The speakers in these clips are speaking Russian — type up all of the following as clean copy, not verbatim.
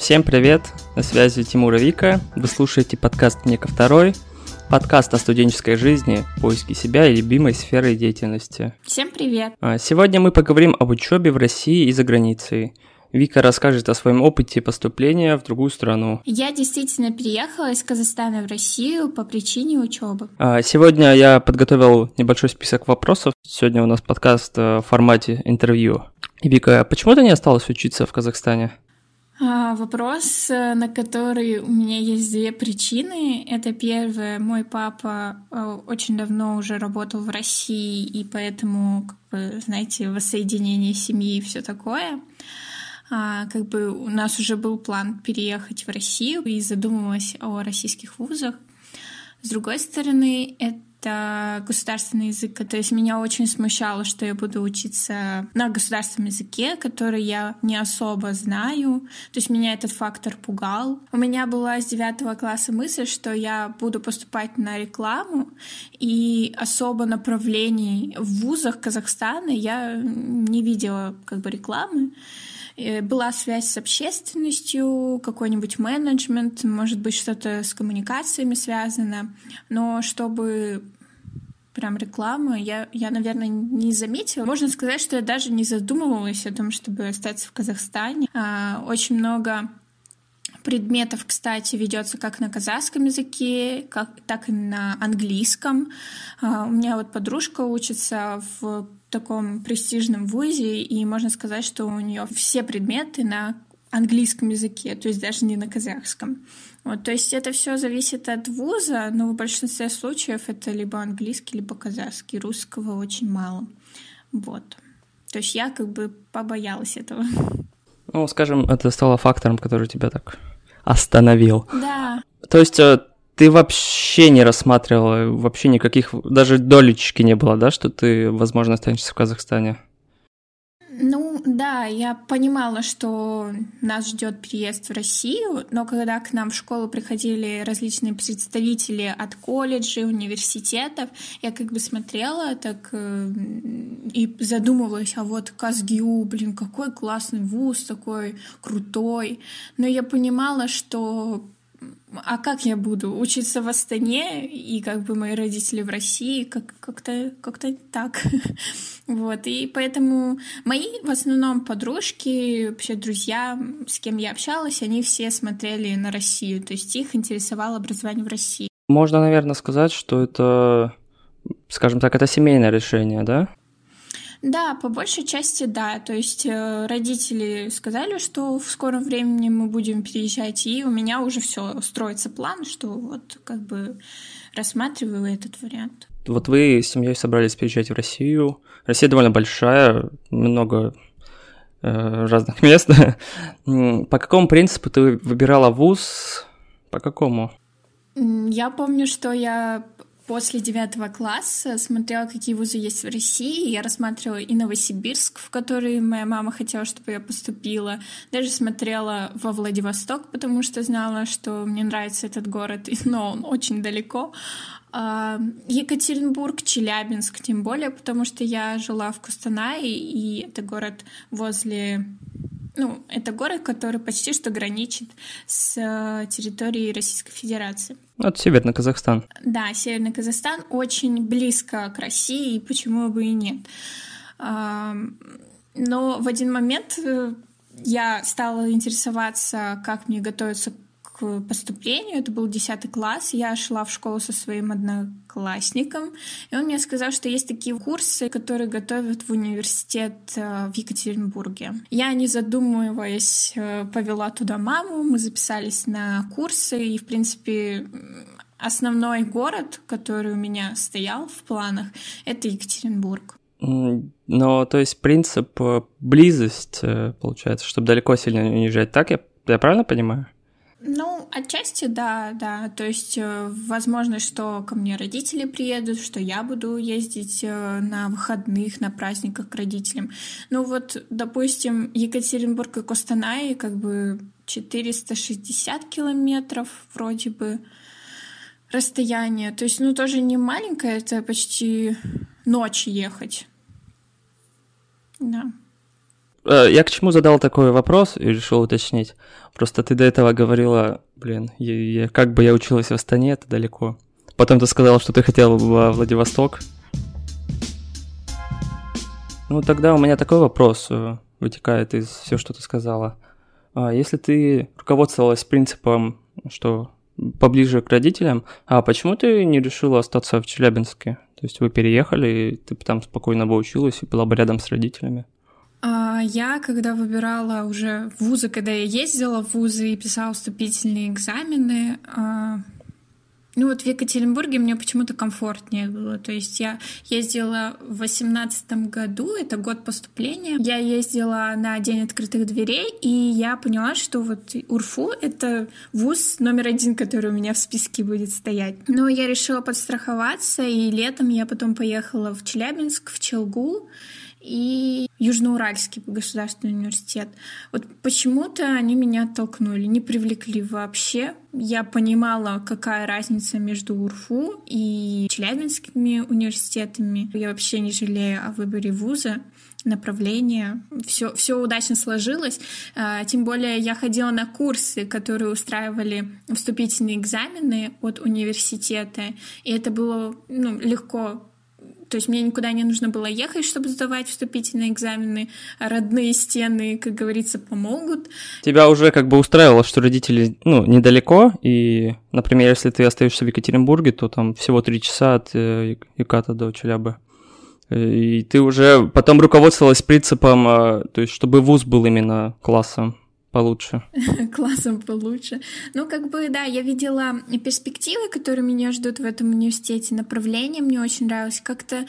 Всем привет, на связи Тимур и Вика, вы слушаете подкаст «Мне ко второй», подкаст о студенческой жизни, поиске себя и любимой сферы деятельности. Всем привет! Сегодня мы поговорим об учебе в России и за границей. Вика расскажет о своем опыте поступления в другую страну. Я действительно переехала из Казахстана в Россию по причине учебы. Сегодня я подготовил небольшой список вопросов. Сегодня у нас подкаст в формате интервью. Вика, почему ты не осталась учиться в Казахстане? Вопрос, на который у меня есть две причины. Это первое, мой папа очень давно уже работал в России, и поэтому, знаете, воссоединение семьи и все такое. У нас уже был план переехать в Россию и задумывалась о российских вузах. С другой стороны, это государственный язык. То есть меня очень смущало, что я буду учиться на государственном языке, который я не особо знаю. То есть меня этот фактор пугал. У меня была с 9 класса мысль, что я буду поступать на рекламу, и особо направлений в вузах Казахстана я не видела рекламы. Была связь с общественностью, какой-нибудь менеджмент, может быть, что-то с коммуникациями связано, но чтобы прям реклама, я, наверное, не заметила. Можно сказать, что я даже не задумывалась о том, чтобы остаться в Казахстане. Очень много предметов, кстати, ведется как на казахском языке, так и на английском. У меня подружка учится в таком престижном вузе, и можно сказать, что у нее все предметы на английском языке, то есть даже не на казахском. То есть это все зависит от вуза, но в большинстве случаев это либо английский, либо казахский, русского очень мало. То есть я побоялась этого. Скажем, это стало фактором, который тебя так остановил. Да. То есть ты вообще не рассматривала, вообще никаких, даже долечки не было, да, что ты, возможно, останешься в Казахстане? Да, я понимала, что нас ждет переезд в Россию, но когда к нам в школу приходили различные представители от колледжей, университетов, я смотрела и задумывалась, КазГИУ, какой классный вуз, такой крутой. Но я понимала, что как я буду учиться в Астане, и мои родители в России, как-то так. И поэтому мои в основном подружки, вообще друзья, с кем я общалась, они все смотрели на Россию, то есть их интересовало образование в России. Можно, наверное, сказать, что это, скажем так, это семейное решение, да? Да, по большей части, да. То есть родители сказали, что в скором времени мы будем переезжать, и у меня уже все строится план, что рассматриваю этот вариант. Вы с семьей собрались переезжать в Россию. Россия довольно большая, много разных мест. По какому принципу ты выбирала вуз? По какому? Я помню, что я после 9 класса смотрела, какие вузы есть в России. Я рассматривала и Новосибирск, в который моя мама хотела, чтобы я поступила. Даже смотрела во Владивосток, потому что знала, что мне нравится этот город, но он очень далеко. Екатеринбург, Челябинск, тем более, потому что я жила в Костанае, и это город это город, который почти что граничит с территорией Российской Федерации. Это Северный Казахстан. Да, Северный Казахстан очень близко к России, почему бы и нет. Но в один момент я стала интересоваться, как мне готовиться к поступлению. Это был 10 класс. Я шла в школу со своим одноклассником, и он мне сказал, что есть такие курсы, которые готовят в университет в Екатеринбурге. Я, не задумываясь, повела туда маму, мы записались на курсы, и, в принципе, основной город, который у меня стоял в планах, это Екатеринбург. Но, то есть, принцип близость, получается, чтобы далеко сильно не уезжать, так я правильно понимаю? Отчасти да. То есть, возможно, что ко мне родители приедут, что я буду ездить на выходных, на праздниках к родителям. Допустим, Екатеринбург и Костанай 460 километров вроде бы расстояние. То есть, тоже не маленькое, это почти ночь ехать. Да. Я к чему задал такой вопрос и решил уточнить. Просто ты до этого говорила, как бы я училась в Астане, это далеко. Потом ты сказала, что ты хотела во Владивосток. Ну, тогда у меня такой вопрос вытекает из всего, что ты сказала. Если ты руководствовалась принципом, что поближе к родителям, почему ты не решила остаться в Челябинске? То есть вы переехали, и ты там спокойно бы училась и была бы рядом с родителями? Я, когда выбирала уже вузы, когда я ездила в вузы и писала вступительные экзамены, в Екатеринбурге мне почему-то комфортнее было. То есть я ездила в 2018 году, это год поступления. Я ездила на День открытых дверей, и я поняла, что вот УрФУ — это вуз номер 1, который у меня в списке будет стоять. Но я решила подстраховаться, и летом я потом поехала в Челябинск, в ЧелГУ, и Южноуральский государственный университет. Вот почему-то они меня оттолкнули, не привлекли вообще. Я понимала, какая разница между УрФУ и Челябинскими университетами. Я вообще не жалею о выборе вуза, направления. Все удачно сложилось. Тем более я ходила на курсы, которые устраивали вступительные экзамены от университета, и это было легко. То есть мне никуда не нужно было ехать, чтобы сдавать вступительные экзамены. Родные стены, как говорится, помогут. Тебя уже как бы устраивало, что родители, недалеко, и, например, если ты остаешься в Екатеринбурге, то там всего 3 часа от Еката до Челябы. И ты уже потом руководствовалась принципом, то есть чтобы вуз был именно классом получше. Классом получше. Да, я видела перспективы, которые меня ждут в этом университете, направление мне очень нравилось. Как-то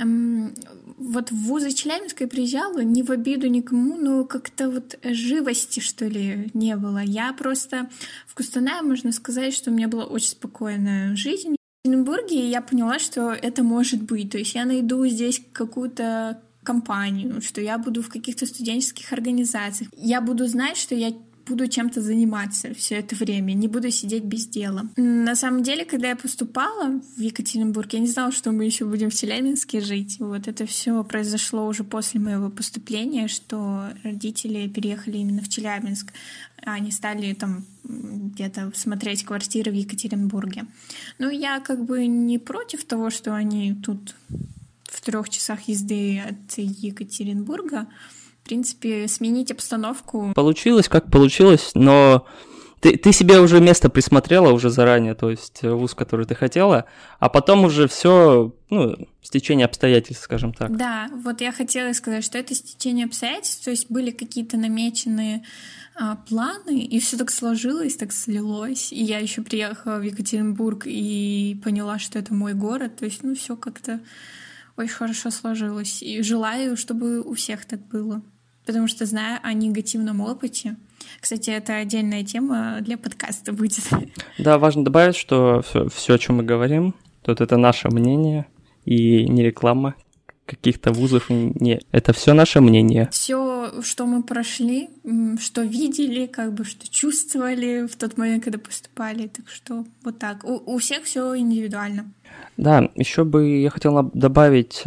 вот в вузы Челябинска я приезжала, не в обиду никому, но как-то вот живости, что ли, не было. Я просто в Кустанае, можно сказать, что у меня была очень спокойная жизнь. В Екатеринбурге я поняла, что это может быть. То есть я найду здесь какую-то компанию, что я буду в каких-то студенческих организациях. Я буду знать, что я буду чем-то заниматься все это время, не буду сидеть без дела. На самом деле, когда я поступала в Екатеринбург, я не знала, что мы еще будем в Челябинске жить. Вот это все произошло уже после моего поступления, что родители переехали именно в Челябинск. Они стали там где-то смотреть квартиры в Екатеринбурге. Я как бы не против того, что они тут в 3 часах езды от Екатеринбурга. В принципе, сменить обстановку. Получилось, как получилось, но ты себе уже место присмотрела уже заранее, то есть вуз, который ты хотела, а потом уже все, стечение обстоятельств, скажем так. Да, вот я хотела сказать, что это стечение обстоятельств, то есть были какие-то намеченные планы, и все так сложилось, так слилось. И я еще приехала в Екатеринбург и поняла, что это мой город, то есть, все как-то очень хорошо сложилось. И желаю, чтобы у всех так было. Потому что знаю о негативном опыте. Кстати, это отдельная тема для подкаста будет. Да, важно добавить, что все, о чем мы говорим, тут это наше мнение и не реклама каких-то вузов. Это все наше мнение. Все, что мы прошли, что видели, что чувствовали в тот момент, когда поступали. Так что вот так. У всех все индивидуально. Да, еще бы я хотел добавить,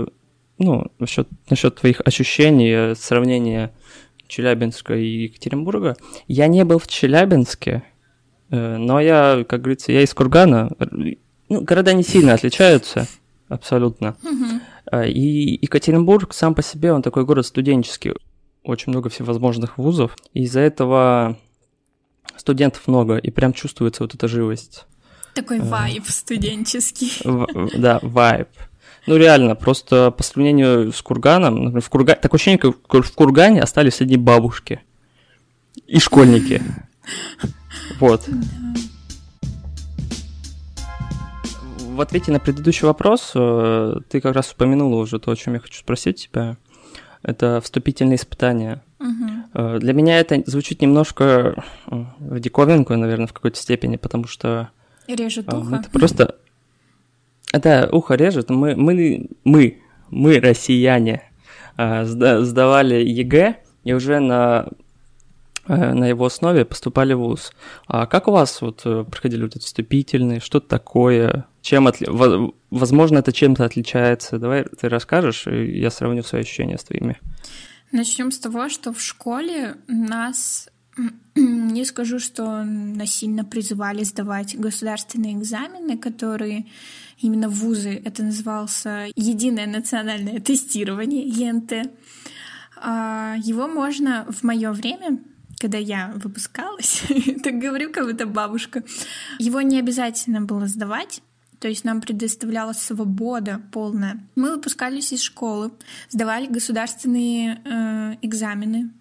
насчет твоих ощущений, сравнения Челябинска и Екатеринбурга. Я не был в Челябинске, но я, как говорится, я из Кургана. Города не сильно отличаются, абсолютно. И Екатеринбург сам по себе, он такой город студенческий, очень много всевозможных вузов. И из-за этого студентов много, и прям чувствуется вот эта живость. Такой вайб студенческий. Да, вайб. Реально, просто по сравнению с Курганом, например, такое ощущение, как в Кургане остались одни бабушки и школьники. Вот. В ответе на предыдущий вопрос ты как раз упомянула уже то, о чем я хочу спросить тебя. Это вступительные испытания. Для меня это звучит немножко в диковинку, наверное, в какой-то степени, потому что режет ухо. Это просто... Да, ухо режет. Мы, россияне, сдавали ЕГЭ и уже на его основе поступали в вуз. А как у вас проходили эти вступительные? Что это такое? Возможно, это чем-то отличается. Давай ты расскажешь, и я сравню свои ощущения с твоими. Начнем с того, что в школе нас, не скажу, что насильно призывали сдавать государственные экзамены, которые именно в вузы, это назывался Единое национальное тестирование, ЕНТ. Его можно в мое время, когда я выпускалась, так говорю, как будто бабушка, его не обязательно было сдавать, то есть нам предоставлялась свобода полная. Мы выпускались из школы, сдавали государственные экзамены.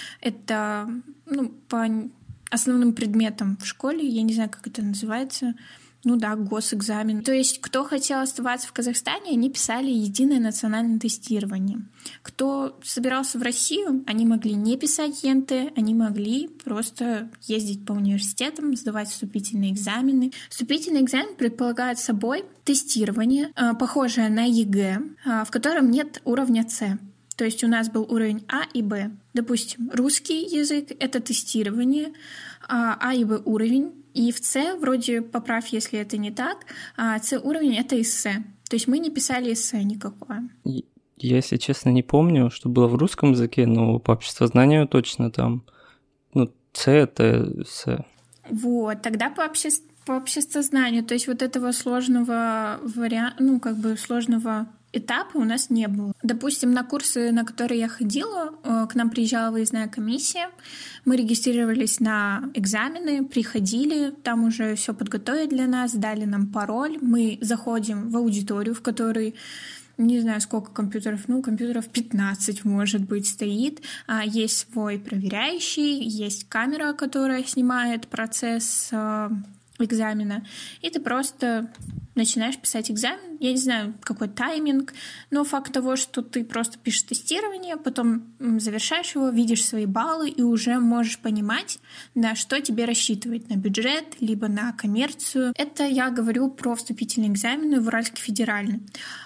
Это по основным предметам в школе, я не знаю, как это называется, госэкзамен. То есть кто хотел оставаться в Казахстане, они писали единое национальное тестирование. Кто собирался в Россию, они могли не писать ЕНТ, они могли просто ездить по университетам, сдавать вступительные экзамены. Вступительный экзамен предполагает собой тестирование, похожее на ЕГЭ, в котором нет уровня С. То есть у нас был уровень А и Б. Допустим, русский язык — это тестирование, А и Б уровень. И в С, вроде, поправь, если это не так, С уровень — это эссе. То есть мы не писали эссе никакое. Я, если честно, не помню, что было в русском языке, но по обществознанию точно там, С — это эссе. Вот, тогда по обществознанию, то есть вот этого сложного варианта, сложного этапа у нас не было. Допустим, на курсы, на которые я ходила, к нам приезжала выездная комиссия, мы регистрировались на экзамены, приходили, там уже все подготовили для нас, дали нам пароль, мы заходим в аудиторию, в которой не знаю, сколько компьютеров, компьютеров 15, может быть, стоит. Есть свой проверяющий, есть камера, которая снимает процесс экзамена, и ты просто начинаешь писать экзамен. Я не знаю, какой тайминг, но факт того, что ты просто пишешь тестирование, потом завершаешь его, видишь свои баллы и уже можешь понимать, на что тебе рассчитывать, на бюджет, либо на коммерцию. Это я говорю про вступительные экзамены в Уральский федеральный.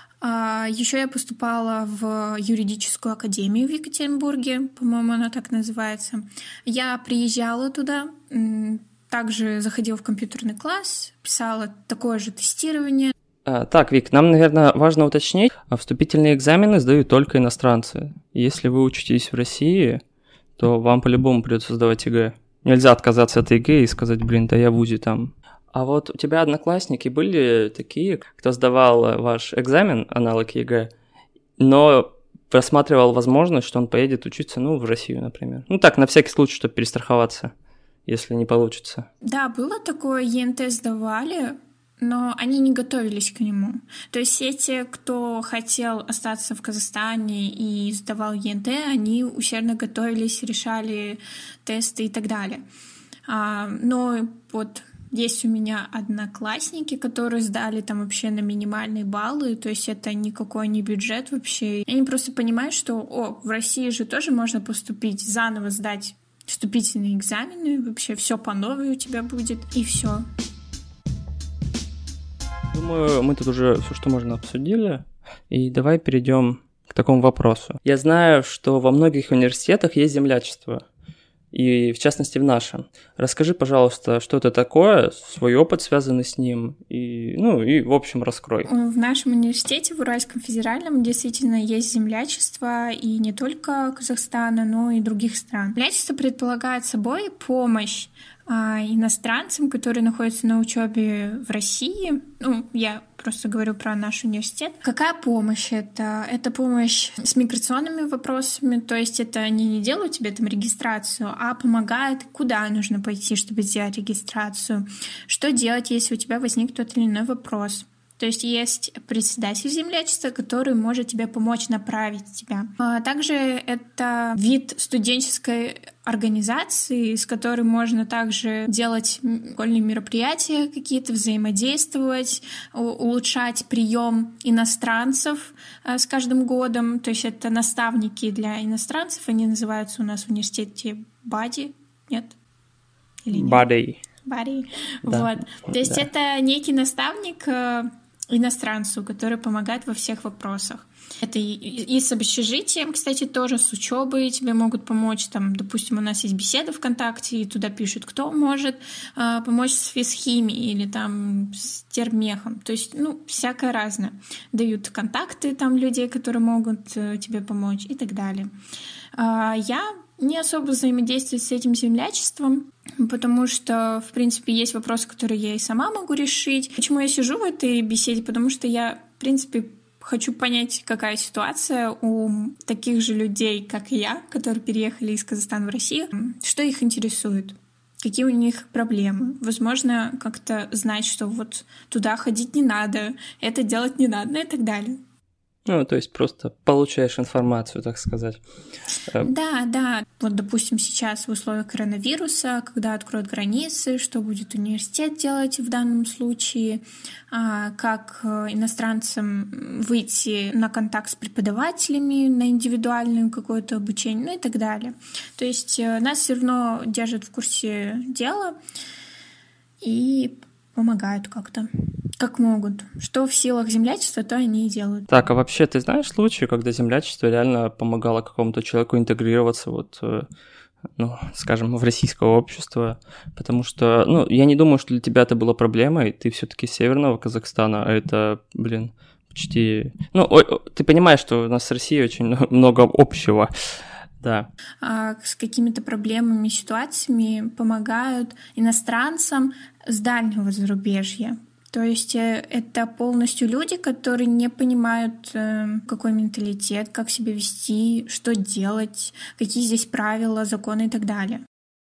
Еще я поступала в юридическую академию в Екатеринбурге, по-моему, она так называется. Я приезжала туда, также заходила в компьютерный класс, писала такое же тестирование. Так, Вик, нам, наверное, важно уточнить, вступительные экзамены сдают только иностранцы. Если вы учитесь в России, то вам по-любому придется сдавать ЕГЭ. Нельзя отказаться от ЕГЭ и сказать, да я в вузе там. А вот у тебя одноклассники были такие, кто сдавал ваш экзамен, аналог ЕГЭ, но рассматривал возможность, что он поедет учиться, в Россию, например. Так, на всякий случай, чтобы перестраховаться, если не получится. Да, было такое, ЕНТ сдавали, но они не готовились к нему. То есть все те, кто хотел остаться в Казахстане и сдавал ЕНТ, они усердно готовились, решали тесты и так далее. Но вот есть у меня одноклассники, которые сдали там вообще на минимальные баллы, то есть это никакой не бюджет вообще. И они просто понимают, что в России же тоже можно поступить, заново сдать вступительные экзамены, вообще все по новой у тебя будет, и все. Думаю, мы тут уже все, что можно, обсудили, и давай перейдем к такому вопросу. Я знаю, что во многих университетах есть землячество, и в частности в нашем. Расскажи, пожалуйста, что это такое, свой опыт, связанный с ним, и в общем, раскрой. В нашем университете, в Уральском федеральном, действительно есть землячество, и не только Казахстана, но и других стран. Землячество предполагает собой помощь иностранцам, которые находятся на учебе в России. Я просто говорю про наш университет. Какая помощь это? Это помощь с миграционными вопросами, то есть это они не делают тебе там регистрацию, а помогают, куда нужно пойти, чтобы сделать регистрацию, что делать, если у тебя возник тот или иной вопрос. То есть есть председатель землячества, который может тебе помочь направить тебя. Также это вид студенческой организации, с которой можно также делать школьные мероприятия какие-то, взаимодействовать, улучшать прием иностранцев с каждым годом. То есть это наставники для иностранцев, они называются у нас в университете бади, нет? Или нет? Бади. Да. Вот. То есть это некий наставник, иностранцу, который помогает во всех вопросах. Это и с общежитием, кстати, тоже с учебой тебе могут помочь. Там, допустим, у нас есть беседа ВКонтакте, и туда пишут, кто может помочь с физхимией или там с термехом. То есть, всякое разное. Дают контакты там людей, которые могут тебе помочь и так далее. Я не особо взаимодействую с этим землячеством, потому что, в принципе, есть вопросы, которые я и сама могу решить. Почему я сижу в этой беседе? Потому что я, в принципе, хочу понять, какая ситуация у таких же людей, как и я, которые переехали из Казахстана в Россию, что их интересует, какие у них проблемы. Возможно, как-то знать, что вот туда ходить не надо, это делать не надо, и так далее. То есть просто получаешь информацию, так сказать. Да. Вот, допустим, сейчас в условиях коронавируса, когда откроют границы, что будет университет делать в данном случае, как иностранцам выйти на контакт с преподавателями, на индивидуальное какое-то обучение, и так далее. То есть нас все равно держат в курсе дела и помогают как-то. Как могут. Что в силах землячества, то они и делают. Так, а вообще ты знаешь случаи, когда землячество реально помогало какому-то человеку интегрироваться скажем, в российское общество? Потому что, я не думаю, что для тебя это было проблемой, ты все-таки с северного Казахстана, а это, почти... ты понимаешь, что у нас с Россией очень много общего. Да. С какими-то проблемами, ситуациями помогают иностранцам с дальнего зарубежья. То есть это полностью люди, которые не понимают, какой менталитет, как себя вести, что делать, какие здесь правила, законы и так далее.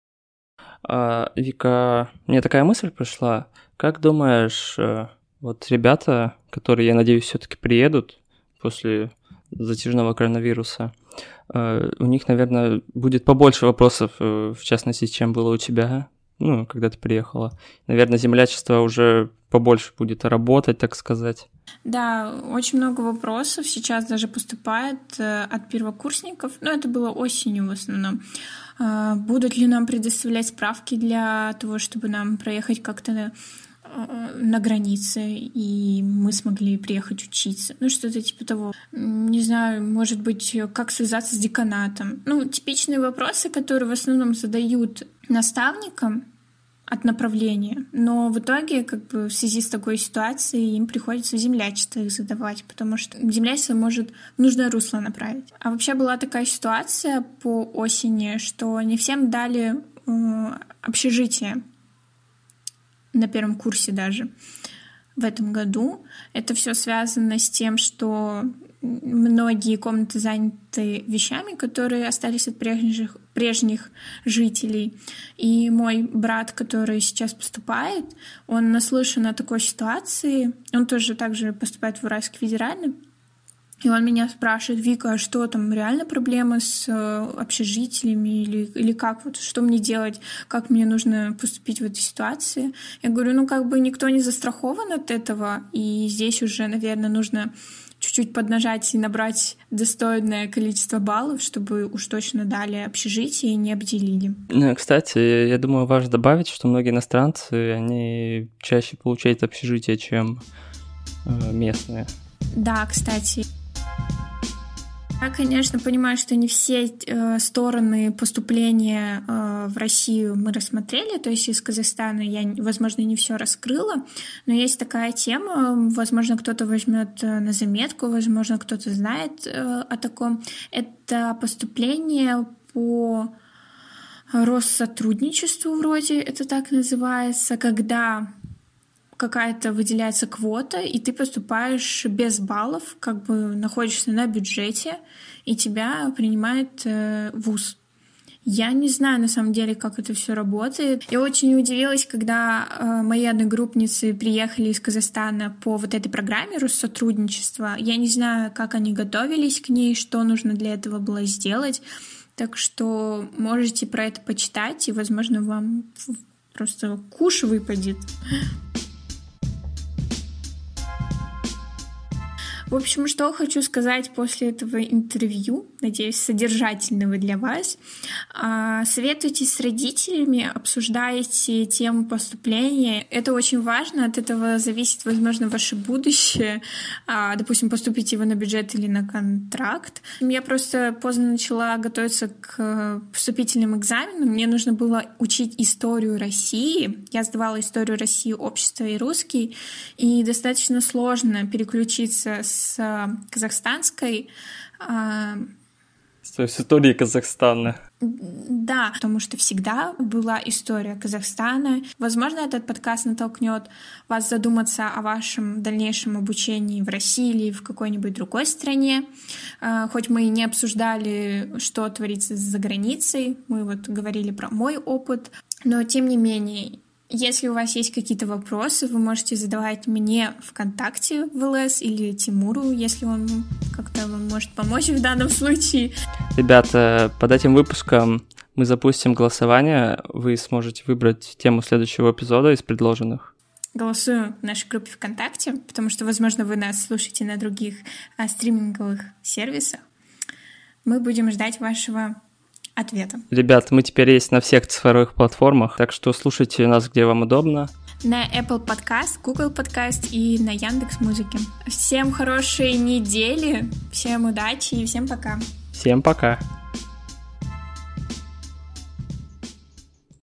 Вика, мне такая мысль пришла. Как думаешь, вот ребята, которые, я надеюсь, все-таки приедут после затяжного коронавируса, у них, наверное, будет побольше вопросов, в частности, чем было у тебя, когда ты приехала. Наверное, землячество уже побольше будет работать, так сказать. Да, очень много вопросов сейчас даже поступает от первокурсников. Это было осенью в основном. Будут ли нам предоставлять справки для того, чтобы нам проехать как-то на границе, и мы смогли приехать учиться. Что-то типа того. Не знаю, может быть, как связаться с деканатом. Типичные вопросы, которые в основном задают наставникам от направления, но в итоге, в связи с такой ситуацией, им приходится землячество их задавать, потому что землячество может в нужное русло направить. А вообще была такая ситуация по осени, что не всем дали общежитие на первом курсе даже в этом году. Это все связано с тем, что многие комнаты заняты вещами, которые остались от прежних жителей. И мой брат, который сейчас поступает, он наслышан о такой ситуации. Он тоже также поступает в Уральский федеральный. И он меня спрашивает: Вика, а что там, реально проблемы с общежитиями или как, что мне делать, как мне нужно поступить в этой ситуации? Я говорю, никто не застрахован от этого, и здесь уже, наверное, нужно чуть-чуть поднажать и набрать достойное количество баллов, чтобы уж точно дали общежитие и не обделили. Кстати, я думаю, важно добавить, что многие иностранцы, они чаще получают общежитие, чем местные. Да, кстати. Я, конечно, понимаю, что не все стороны поступления в Россию мы рассмотрели, то есть из Казахстана я, возможно, не все раскрыла, но есть такая тема, возможно, кто-то возьмет на заметку, возможно, кто-то знает о таком. Это поступление по Россотрудничеству, вроде это так называется, когда какая-то выделяется квота, и ты поступаешь без баллов, находишься на бюджете, и тебя принимает вуз. Я не знаю, на самом деле, как это все работает. Я очень удивилась, когда мои одногруппницы приехали из Казахстана по вот этой программе Россотрудничества. Я не знаю, как они готовились к ней, что нужно для этого было сделать. Так что можете про это почитать, и, возможно, вам просто куш выпадет. В общем, что хочу сказать после этого интервью, надеюсь, содержательного для вас. Советуйтесь с родителями, обсуждайте тему поступления. Это очень важно, от этого зависит, возможно, ваше будущее. Допустим, поступите вы на бюджет или на контракт. Я просто поздно начала готовиться к вступительным экзаменам. Мне нужно было учить историю России. Я сдавала историю России, общество и русский. И достаточно сложно переключиться с казахстанской. То есть истории Казахстана. Да, потому что всегда была история Казахстана. Возможно, этот подкаст натолкнет вас задуматься о вашем дальнейшем обучении в России или в какой-нибудь другой стране. Хоть мы и не обсуждали, что творится за границей, мы вот говорили про мой опыт, но тем не менее, если у вас есть какие-то вопросы, вы можете задавать мне ВКонтакте в ЛС или Тимуру, если он как-то вам может помочь в данном случае. Ребята, под этим выпуском мы запустим голосование. Вы сможете выбрать тему следующего эпизода из предложенных. Голосуем в нашей группе ВКонтакте, потому что, возможно, вы нас слушаете на других стриминговых сервисах. Мы будем ждать вашего ответа. Ребят, мы теперь есть на всех цифровых платформах, так что слушайте нас, где вам удобно. На Apple Podcast, Google Podcast и на Яндекс.Музыке. Всем хорошей недели, всем удачи и всем пока. Всем пока.